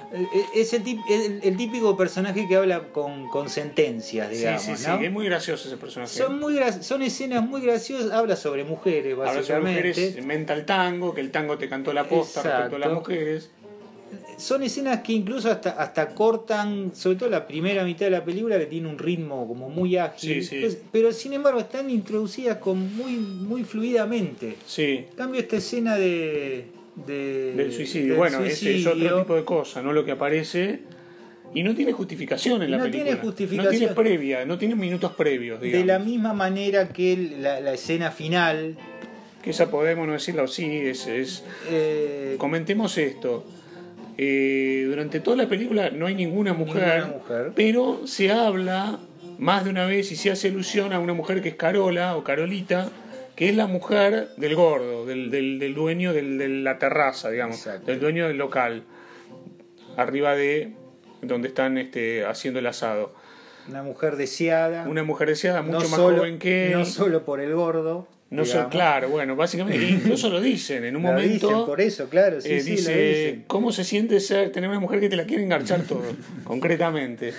Speaker 2: Es el, tip- el, el típico personaje que habla con, con sentencias, digamos,
Speaker 1: sí, sí,
Speaker 2: ¿no?
Speaker 1: sí, es muy gracioso ese personaje.
Speaker 2: Son, muy gra- son escenas muy graciosas, habla sobre mujeres,
Speaker 1: Habla sobre
Speaker 2: básicamente.
Speaker 1: mujeres, menta el tango, que el tango te cantó la posta respecto a las
Speaker 2: Exacto.
Speaker 1: mujeres.
Speaker 2: Son escenas que incluso hasta, hasta cortan, sobre todo la primera mitad de la película, que tiene un ritmo como muy ágil.
Speaker 1: Sí, sí.
Speaker 2: Pues, pero sin embargo están introducidas con muy, muy fluidamente.
Speaker 1: Sí,
Speaker 2: En cambio, esta escena de, de-
Speaker 1: del suicidio.
Speaker 2: del
Speaker 1: Bueno, ese es
Speaker 2: suicidio,
Speaker 1: otro tipo de cosa, no lo que aparece. Y no tiene justificación en la
Speaker 2: No
Speaker 1: película.
Speaker 2: tiene justificación.
Speaker 1: No tiene previa, no tiene minutos previos, digamos.
Speaker 2: de la misma manera que el- la, la escena final.
Speaker 1: Que esa podemos no decirlo así, es... es...
Speaker 2: eh,
Speaker 1: Comentemos esto. Eh, durante toda la película no hay ninguna mujer,
Speaker 2: Ninguna mujer.
Speaker 1: pero se habla más de una vez y se hace alusión a una mujer que es Carola o Carolita, que es la mujer del gordo, del, del, del dueño del- de la terraza, digamos,
Speaker 2: Exacto.
Speaker 1: del dueño del local, arriba de donde están este, haciendo el asado.
Speaker 2: una mujer deseada.
Speaker 1: Una mujer deseada, mucho
Speaker 2: no
Speaker 1: más
Speaker 2: solo,
Speaker 1: joven que él.
Speaker 2: No solo por el gordo.
Speaker 1: No sé,
Speaker 2: digamos.
Speaker 1: claro, bueno, básicamente, incluso lo dicen en un
Speaker 2: Lo
Speaker 1: momento.
Speaker 2: dicen por eso, claro, sí,
Speaker 1: eh,
Speaker 2: sí,
Speaker 1: dice,
Speaker 2: lo dicen.
Speaker 1: ¿cómo se siente ser, tener una mujer que te la quiere engarchar todo? Concretamente.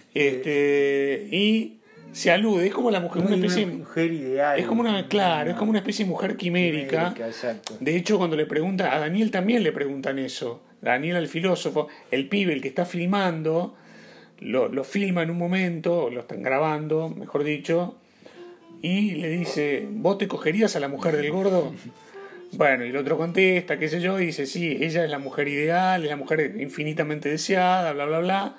Speaker 1: Este, y se alude, es como la mujer, una
Speaker 2: Muy
Speaker 1: especie.
Speaker 2: mujer ideal.
Speaker 1: Es como una, claro, es como una especie de mujer quimérica.
Speaker 2: Quimérica, exacto.
Speaker 1: De hecho, cuando le pregunta, a Daniel también le preguntan eso. Daniel, el filósofo, el pibe, el que está filmando, lo, lo filma en un momento, lo están grabando, mejor dicho, y le dice, ¿vos te cogerías a la mujer del gordo? Bueno, y el otro contesta, qué sé yo, y dice, sí, ella es la mujer ideal, es la mujer infinitamente deseada, bla, bla, bla.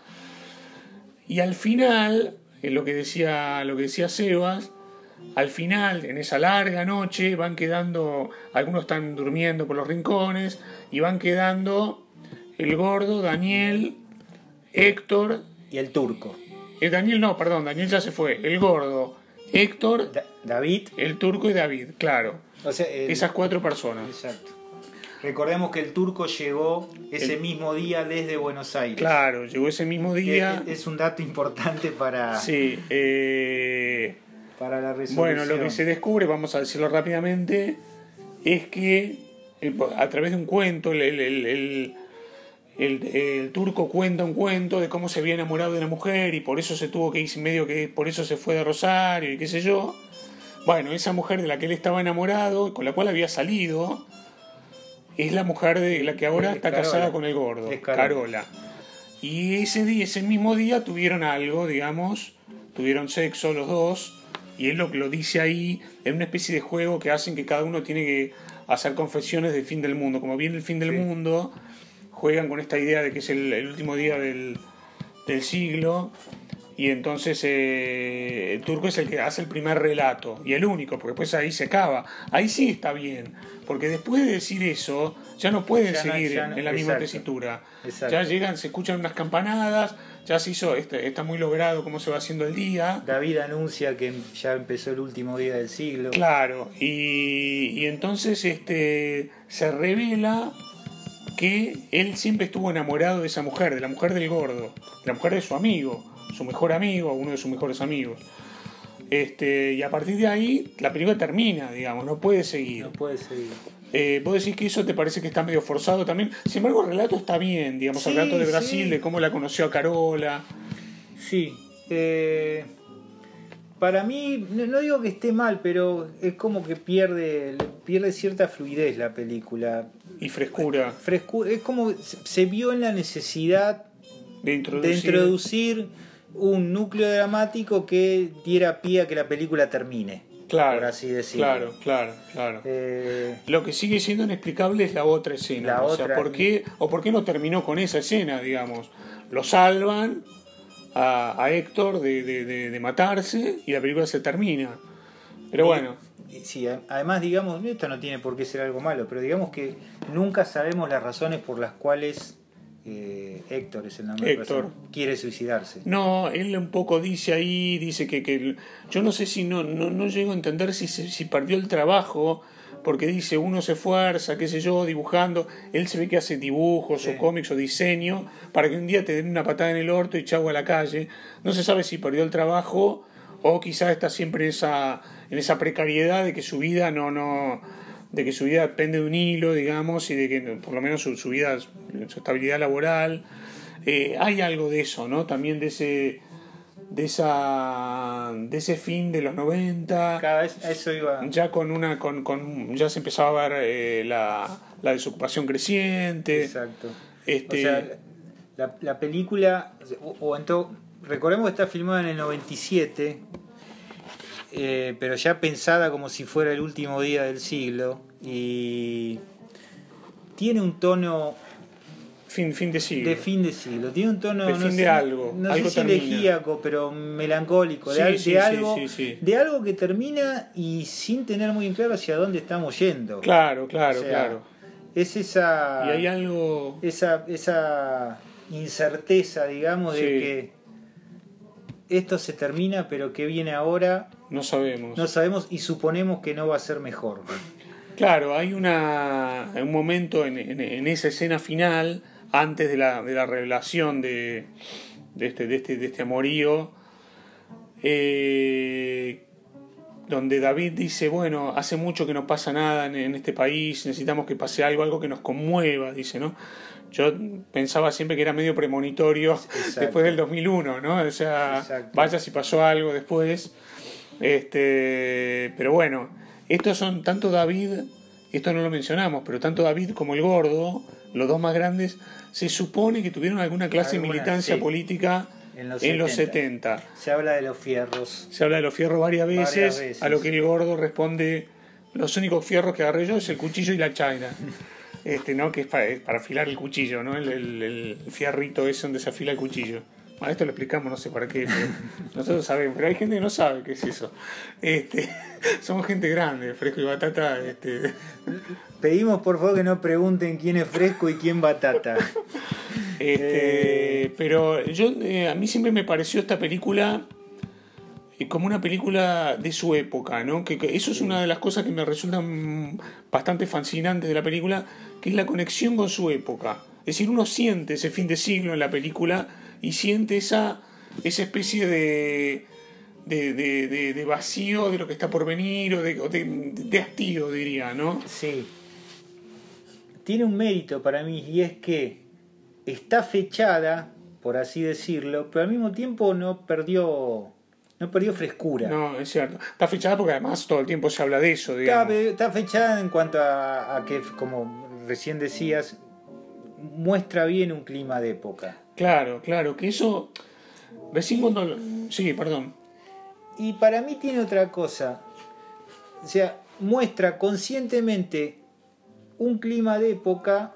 Speaker 1: Y al final, en lo que decía, lo que decía Sebas, al final, en esa larga noche, van quedando, algunos están durmiendo por los rincones, y van quedando el gordo, Daniel, Héctor,
Speaker 2: Y el turco.
Speaker 1: eh, Daniel no, perdón, Daniel ya se fue, el gordo, Héctor,
Speaker 2: Da- David.
Speaker 1: el turco y David, claro,
Speaker 2: O sea, el-
Speaker 1: esas cuatro personas.
Speaker 2: Exacto. Recordemos que el turco llegó ese
Speaker 1: el,
Speaker 2: mismo día desde Buenos Aires.
Speaker 1: Claro, llegó ese mismo día.
Speaker 2: Es, es un dato importante para,
Speaker 1: sí, eh,
Speaker 2: para la resolución.
Speaker 1: Bueno, lo que se descubre, vamos a decirlo rápidamente, es que a través de un cuento, el, el, el, el, el, el turco cuenta un cuento de cómo se había enamorado de una mujer y por eso se tuvo que ir medio que por eso se fue de Rosario y qué sé yo. Bueno, esa mujer de la que él estaba enamorado, con la cual había salido, es la mujer de la que ahora está
Speaker 2: Carola.
Speaker 1: casada con el gordo,
Speaker 2: Es Carola.
Speaker 1: Carola. Y ese día, ese mismo día tuvieron algo, digamos, tuvieron sexo los dos, y él lo que lo dice ahí, en una especie de juego que hacen que cada uno tiene que hacer confesiones del fin del mundo. Como viene el fin del
Speaker 2: sí.
Speaker 1: mundo, juegan con esta idea de que es el, el último día del, del siglo, y entonces eh, el turco es el que hace el primer relato, y el único, porque después ahí se acaba. Ahí sí está bien, porque después de decir eso, ya no pueden
Speaker 2: ya
Speaker 1: seguir
Speaker 2: no, ya no,
Speaker 1: en la misma
Speaker 2: exacto,
Speaker 1: tesitura.
Speaker 2: exacto.
Speaker 1: Ya llegan, se escuchan unas campanadas, ya se hizo, está, está muy logrado cómo se va haciendo el día.
Speaker 2: David anuncia que ya empezó el último día del siglo.
Speaker 1: Claro, y, y entonces este se revela que él siempre estuvo enamorado de esa mujer, de la mujer del gordo, de la mujer de su amigo, su mejor amigo, uno de sus mejores amigos. Este, y a partir de ahí la película termina, digamos, no puede seguir.
Speaker 2: No puede seguir.
Speaker 1: Eh, ¿Vos decís que eso te parece que está medio forzado también? Sin embargo, el relato está bien, digamos,
Speaker 2: sí,
Speaker 1: el relato de Brasil,
Speaker 2: sí.
Speaker 1: de cómo la conoció a Carola.
Speaker 2: Sí. Eh, para mí, no, no digo que esté mal, pero es como que pierde, pierde cierta fluidez la película.
Speaker 1: Y frescura.
Speaker 2: Frescu- es como se vio en la necesidad
Speaker 1: De introducir.
Speaker 2: de introducir un núcleo dramático que diera pie a que la película termine.
Speaker 1: Claro,
Speaker 2: por así decirlo.
Speaker 1: Claro, claro, claro.
Speaker 2: Eh,
Speaker 1: Lo que sigue siendo inexplicable es la otra escena.
Speaker 2: La
Speaker 1: o sea,
Speaker 2: otra-
Speaker 1: ¿por qué, o por qué no terminó con esa escena, digamos? Lo salvan a, a Héctor de, de, de, de matarse y la película se termina. Pero
Speaker 2: y-
Speaker 1: bueno,
Speaker 2: y sí, a- además, digamos, esto no tiene por qué ser algo malo, pero digamos que nunca sabemos las razones por las cuales eh, Héctor es el nombre del
Speaker 1: Héctor.
Speaker 2: personaje, quiere suicidarse.
Speaker 1: no, él un poco dice ahí, dice que, que yo no sé si no, no, no llego a entender si, se- si perdió el trabajo, porque dice uno se esfuerza, qué sé yo, dibujando, él se ve que hace dibujos
Speaker 2: Sí.
Speaker 1: o cómics o diseño para que un día te den una patada en el orto y chau a la calle. No se sabe si perdió el trabajo o quizás está siempre en esa, en esa precariedad de que su vida no, no, de que su vida depende de un hilo, digamos, y de que por lo menos su, su vida, su estabilidad laboral. Eh, hay algo de eso, ¿no? También de ese de esa de ese fin de los noventa,
Speaker 2: Cada vez a eso iba.
Speaker 1: ya con una con, con ya se empezaba a ver eh, la, la desocupación creciente.
Speaker 2: Exacto.
Speaker 1: Este,
Speaker 2: O sea, la, la película, o, o en todo- recordemos que está filmada en el noventa y siete, eh, pero ya pensada como si fuera el último día del siglo, y tiene un tono
Speaker 1: fin fin de siglo.
Speaker 2: de fin de siglo, tiene un tono
Speaker 1: De
Speaker 2: no
Speaker 1: fin
Speaker 2: sé,
Speaker 1: de algo,
Speaker 2: no
Speaker 1: algo
Speaker 2: sé si
Speaker 1: termina.
Speaker 2: elegíaco, pero melancólico,
Speaker 1: Sí,
Speaker 2: de, al-
Speaker 1: sí,
Speaker 2: de
Speaker 1: sí,
Speaker 2: algo,
Speaker 1: sí, sí.
Speaker 2: de algo que termina y sin tener muy en claro hacia dónde estamos yendo.
Speaker 1: Claro, claro,
Speaker 2: O sea,
Speaker 1: claro.
Speaker 2: Es esa
Speaker 1: Y hay algo
Speaker 2: esa, esa incerteza, digamos, de
Speaker 1: Sí.
Speaker 2: que esto se termina, pero que viene ahora,
Speaker 1: no sabemos.
Speaker 2: no sabemos y suponemos que no va a ser mejor.
Speaker 1: Claro, hay una un momento en, en, en esa escena final, antes de la, de la revelación de, de, este, de, este, de este amorío, eh, donde David dice, bueno, hace mucho que no pasa nada en, en este país, necesitamos que pase algo, algo que nos conmueva, dice, ¿no? Yo pensaba siempre que era medio premonitorio.
Speaker 2: Exacto.
Speaker 1: Después del dos mil uno, ¿no? O sea,
Speaker 2: Exacto.
Speaker 1: vaya si pasó algo después. Este, pero bueno, estos son tanto David, esto no lo mencionamos, pero tanto David como el gordo, los dos más grandes, se supone que tuvieron alguna clase
Speaker 2: Alguna,
Speaker 1: de militancia
Speaker 2: sí.
Speaker 1: política
Speaker 2: En los,
Speaker 1: en los
Speaker 2: setenta.
Speaker 1: setenta.
Speaker 2: Se habla de los fierros.
Speaker 1: Se habla de los fierros varias veces,
Speaker 2: Varias veces.
Speaker 1: a lo que el gordo responde, los únicos fierros que agarré yo es el cuchillo y la chaina. Este, ¿no? Que es para, es para afilar el cuchillo, ¿no? El, el, el fierrito ese donde se afila el cuchillo. Bueno, esto lo explicamos, no sé para qué, pero nosotros sabemos, pero hay gente que no sabe qué es eso. Este, somos gente grande, Fresco y Batata. Este.
Speaker 2: Pedimos por favor que no pregunten quién es Fresco y quién Batata.
Speaker 1: Este,
Speaker 2: Eh.
Speaker 1: Pero yo, eh, a mí siempre me pareció esta película eh, como una película de su época, ¿no? Que, que eso es una de las cosas que me resultan bastante fascinantes de la película, que es la conexión con su época. Es decir, uno siente ese fin de siglo en la película y siente esa, esa especie de, de, de, de, de vacío de lo que está por venir o de, o de, de hastío, diría, ¿no?
Speaker 2: Sí. Tiene un mérito para mí y es que está fechada, por así decirlo, pero al mismo tiempo no perdió no perdió frescura.
Speaker 1: No, es cierto. Está fechada porque además todo el tiempo se habla de eso, digamos.
Speaker 2: Está, está fechada en cuanto a, a que, como recién decías, muestra bien un clima de época.
Speaker 1: Claro, claro, que eso... Recién cuando... Sí, perdón.
Speaker 2: Y para mí tiene otra cosa. O sea, muestra conscientemente un clima de época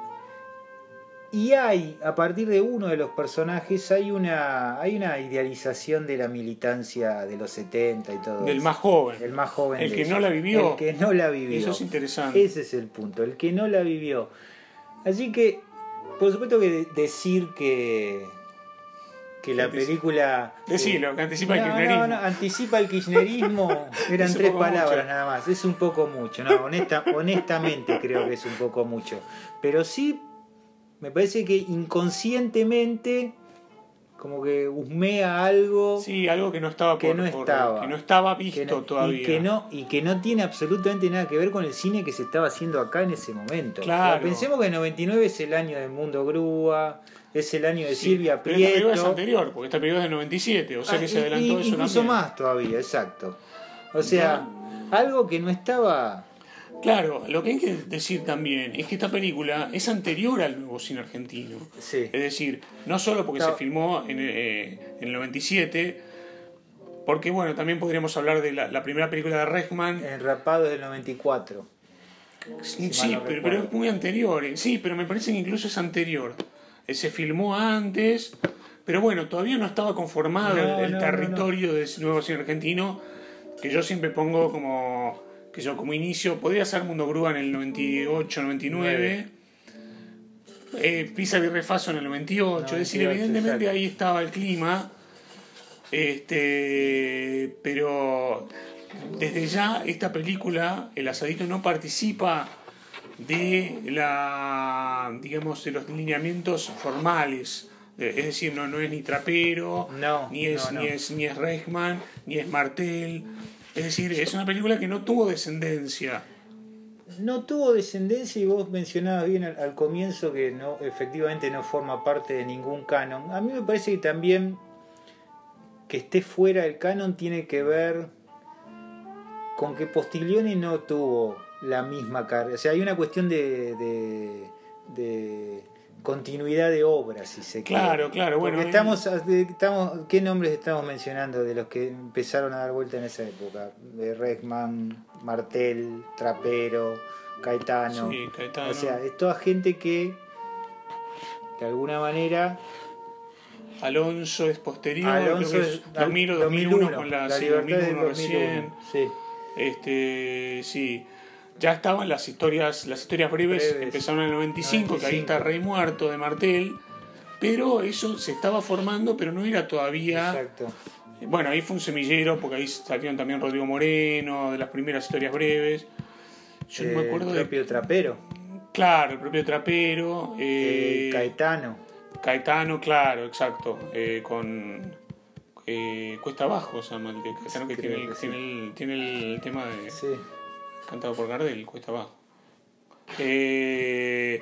Speaker 2: y hay, a partir de uno de los personajes, hay una hay una idealización de la militancia de los setenta y todo
Speaker 1: Del
Speaker 2: eso.
Speaker 1: más joven.
Speaker 2: El más joven.
Speaker 1: El
Speaker 2: de
Speaker 1: que
Speaker 2: ellos.
Speaker 1: no la vivió.
Speaker 2: El que no la vivió.
Speaker 1: Eso es interesante.
Speaker 2: Ese es el punto, el que no la vivió. Así que, por supuesto que decir que que la película...
Speaker 1: Decilo, que anticipa el
Speaker 2: no,
Speaker 1: kirchnerismo.
Speaker 2: No, no, anticipa el kirchnerismo. Eran tres palabras mucho. Nada más. Es un poco mucho. No, honesta, honestamente creo que es un poco mucho. Pero sí, me parece que inconscientemente como que husmea algo...
Speaker 1: Sí, algo que no estaba,
Speaker 2: que
Speaker 1: por,
Speaker 2: no
Speaker 1: por,
Speaker 2: estaba,
Speaker 1: que no estaba visto
Speaker 2: que no,
Speaker 1: todavía.
Speaker 2: Y que, no, y que no tiene absolutamente nada que ver con el cine que se estaba haciendo acá en ese momento.
Speaker 1: Claro.
Speaker 2: O sea, pensemos que el noventa y nueve es el año del Mundo Grúa... Es el año de
Speaker 1: sí,
Speaker 2: Silvia
Speaker 1: pero
Speaker 2: Prieto.
Speaker 1: Esta película es anterior, porque esta película es del noventa y siete, o sea
Speaker 2: ah,
Speaker 1: que se adelantó
Speaker 2: y,
Speaker 1: eso
Speaker 2: incluso
Speaker 1: también.
Speaker 2: más todavía, exacto. O sea,
Speaker 1: no.
Speaker 2: algo que no estaba...
Speaker 1: Claro, lo que hay que decir también es que esta película es anterior al nuevo cine argentino.
Speaker 2: Sí.
Speaker 1: Es decir, no solo porque
Speaker 2: no.
Speaker 1: se filmó en, eh, en el noventa y siete, porque bueno, también podríamos hablar de la, la primera película de Reitman.
Speaker 2: El Rapado del noventa y cuatro.
Speaker 1: Sí, si no pero, pero es muy anterior. Sí, pero me parece que incluso es anterior. Se filmó antes, pero bueno, todavía no estaba conformado no, el, el no, territorio no, no. del nuevo cine argentino, que yo siempre pongo como que yo como inicio, podría ser Mundo Grúa en el noventa y ocho, noventa y nueve, eh, Pisa y Refaso en el noventa y ocho, noventa y ocho, es decir, evidentemente exacto. Ahí estaba el clima, este, pero desde ya esta película, El Asadito, no participa de la digamos de los lineamientos formales, es decir, no, no es ni trapero,
Speaker 2: no,
Speaker 1: ni es
Speaker 2: no, no.
Speaker 1: ni es ni es Reitman, ni es Martel, es decir, es una película que no tuvo descendencia.
Speaker 2: No tuvo descendencia, y vos mencionabas bien al, al comienzo que no efectivamente no forma parte de ningún canon. A mí me parece que también que esté fuera del canon tiene que ver con que Postiglione no tuvo la misma carga. O sea, hay una cuestión de, de, de continuidad de obra, si se quiere.
Speaker 1: Claro, claro. Bueno,
Speaker 2: porque estamos, estamos, ¿qué nombres estamos mencionando de los que empezaron a dar vuelta en esa época? De Reitman, Martel, Trapero, Caetano.
Speaker 1: Sí, Caetano.
Speaker 2: O sea, es toda gente que de alguna manera...
Speaker 1: Alonso es posterior,
Speaker 2: Alonso
Speaker 1: creo que es
Speaker 2: es
Speaker 1: dos mil o dos mil uno con la,
Speaker 2: la
Speaker 1: sí,
Speaker 2: Libertad
Speaker 1: dos mil uno
Speaker 2: del dos mil uno.
Speaker 1: recién.
Speaker 2: Sí.
Speaker 1: Este, sí. Ya estaban las historias, las historias breves, breves. Empezaron en el noventa y cinco, noventa y cinco, que ahí está Rey Muerto de Martel, pero eso se estaba formando, pero no era todavía.
Speaker 2: Exacto.
Speaker 1: Bueno, ahí fue un semillero, porque ahí salieron también Rodrigo Moreno, de las primeras historias breves. Yo
Speaker 2: eh,
Speaker 1: no me acuerdo
Speaker 2: el propio
Speaker 1: de...
Speaker 2: Trapero.
Speaker 1: Claro, el propio Trapero. Eh,
Speaker 2: eh, Caetano.
Speaker 1: Caetano, claro, exacto. Eh, con eh, Cuesta Abajo, se llama el de Caetano, que, tiene el, que sí. tiene, el, tiene el tema de.
Speaker 2: Sí.
Speaker 1: Cantado por Gardel, Cuesta Abajo. Eh,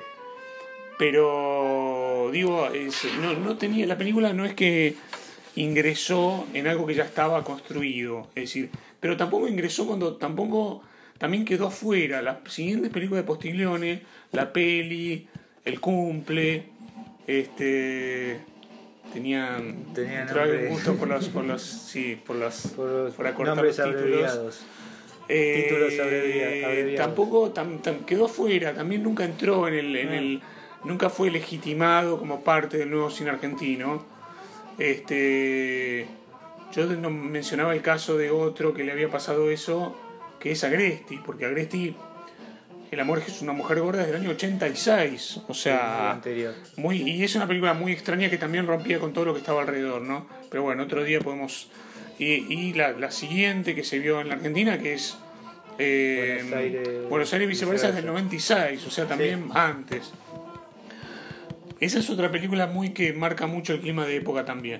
Speaker 1: pero, digo, es, no, no tenía. La película no es que ingresó en algo que ya estaba construido, es decir, pero tampoco ingresó cuando. Tampoco. También quedó fuera. Las siguientes películas de Postiglione, La Peli, El Cumple. Este tenían
Speaker 2: tenían
Speaker 1: nombre... gusto por los por los sí por las
Speaker 2: por, los
Speaker 1: por acortar
Speaker 2: nombres
Speaker 1: los títulos
Speaker 2: abreviados.
Speaker 1: eh,
Speaker 2: títulos abreviados.
Speaker 1: Tampoco tam, tam, quedó fuera, también nunca entró en el en ah. el nunca fue legitimado como parte del nuevo cine argentino. Este yo no mencionaba el caso de otro que le había pasado eso, que es Agresti, porque Agresti, El amor es una mujer gorda, desde el año ochenta y seis, o sea, muy, y es una película muy extraña que también rompía con todo lo que estaba alrededor, ¿no? Pero bueno, otro día podemos Y, y la, la siguiente que se vio en la Argentina, que es eh,
Speaker 2: Buenos Aires,
Speaker 1: Buenos Aires viceversa, es del noventa y seis, o sea, también
Speaker 2: sí.
Speaker 1: antes. Esa es otra película muy que marca mucho el clima de época también.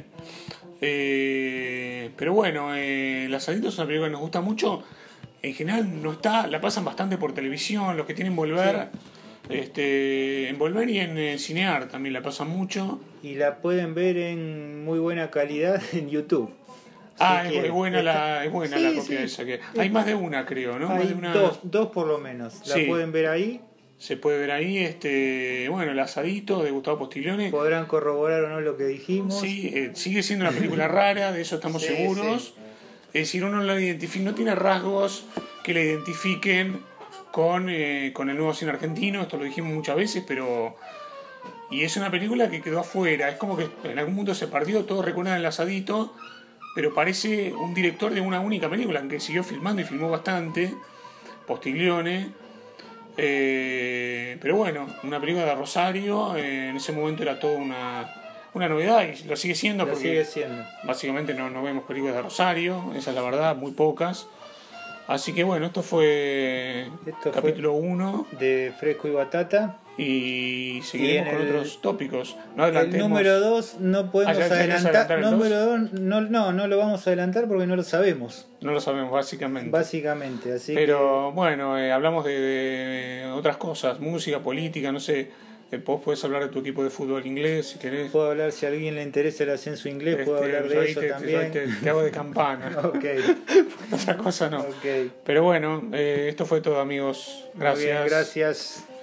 Speaker 1: Eh, pero bueno, eh, Las Aditos es una película que nos gusta mucho. En general no está, la pasan bastante por televisión, los que tienen Volver, sí. este, en Volver y en eh, Cinear también la pasan mucho.
Speaker 2: Y la pueden ver en muy buena calidad en YouTube.
Speaker 1: Ah,
Speaker 2: si
Speaker 1: es, es buena, la, es buena
Speaker 2: sí,
Speaker 1: la copia
Speaker 2: sí.
Speaker 1: esa. Que hay más de una, creo, ¿no?
Speaker 2: Hay
Speaker 1: Más de una...
Speaker 2: dos, dos por lo menos. La
Speaker 1: sí.
Speaker 2: pueden ver ahí.
Speaker 1: Se puede ver ahí, este, bueno, El Asadito de Gustavo Postiglione.
Speaker 2: Podrán corroborar o no lo que dijimos.
Speaker 1: Sí, eh, sigue siendo una película rara, de eso estamos
Speaker 2: sí,
Speaker 1: seguros.
Speaker 2: Sí.
Speaker 1: Es decir, uno la identifica, no tiene rasgos que le identifiquen con, eh, con el nuevo cine argentino, esto lo dijimos muchas veces, pero... Y es una película que quedó afuera, es como que en algún punto se perdió, todos recuerdan El Asadito, pero parece un director de una única película, aunque siguió filmando y filmó bastante, Postiglione. Eh, pero bueno, una película de Rosario, eh, en ese momento era toda una, una novedad y lo sigue siendo,
Speaker 2: lo
Speaker 1: porque
Speaker 2: sigue siendo.
Speaker 1: Básicamente no, no vemos películas de Rosario, esa es la verdad, muy pocas. Así que bueno, esto fue
Speaker 2: esto
Speaker 1: capítulo uno
Speaker 2: de Fresco y Batata.
Speaker 1: Y seguiremos
Speaker 2: y
Speaker 1: con
Speaker 2: el,
Speaker 1: otros tópicos. No
Speaker 2: adelantemos. El número dos no podemos ah, adelantar. Número dos no, no, no lo vamos a adelantar porque no lo sabemos.
Speaker 1: No lo sabemos, básicamente.
Speaker 2: Básicamente, así
Speaker 1: Pero
Speaker 2: que...
Speaker 1: bueno, eh, hablamos de, de otras cosas, música, política, no sé. Eh, vos podés hablar de tu equipo de fútbol inglés si querés.
Speaker 2: Puedo hablar, si a alguien le interesa el ascenso inglés, este, puedo hablar de eso
Speaker 1: te,
Speaker 2: también.
Speaker 1: Te, te, te hago de campana.
Speaker 2: Ok.
Speaker 1: Otra cosa no.
Speaker 2: Okay.
Speaker 1: Pero bueno, eh, esto fue todo, amigos. Gracias.
Speaker 2: Muy bien, gracias.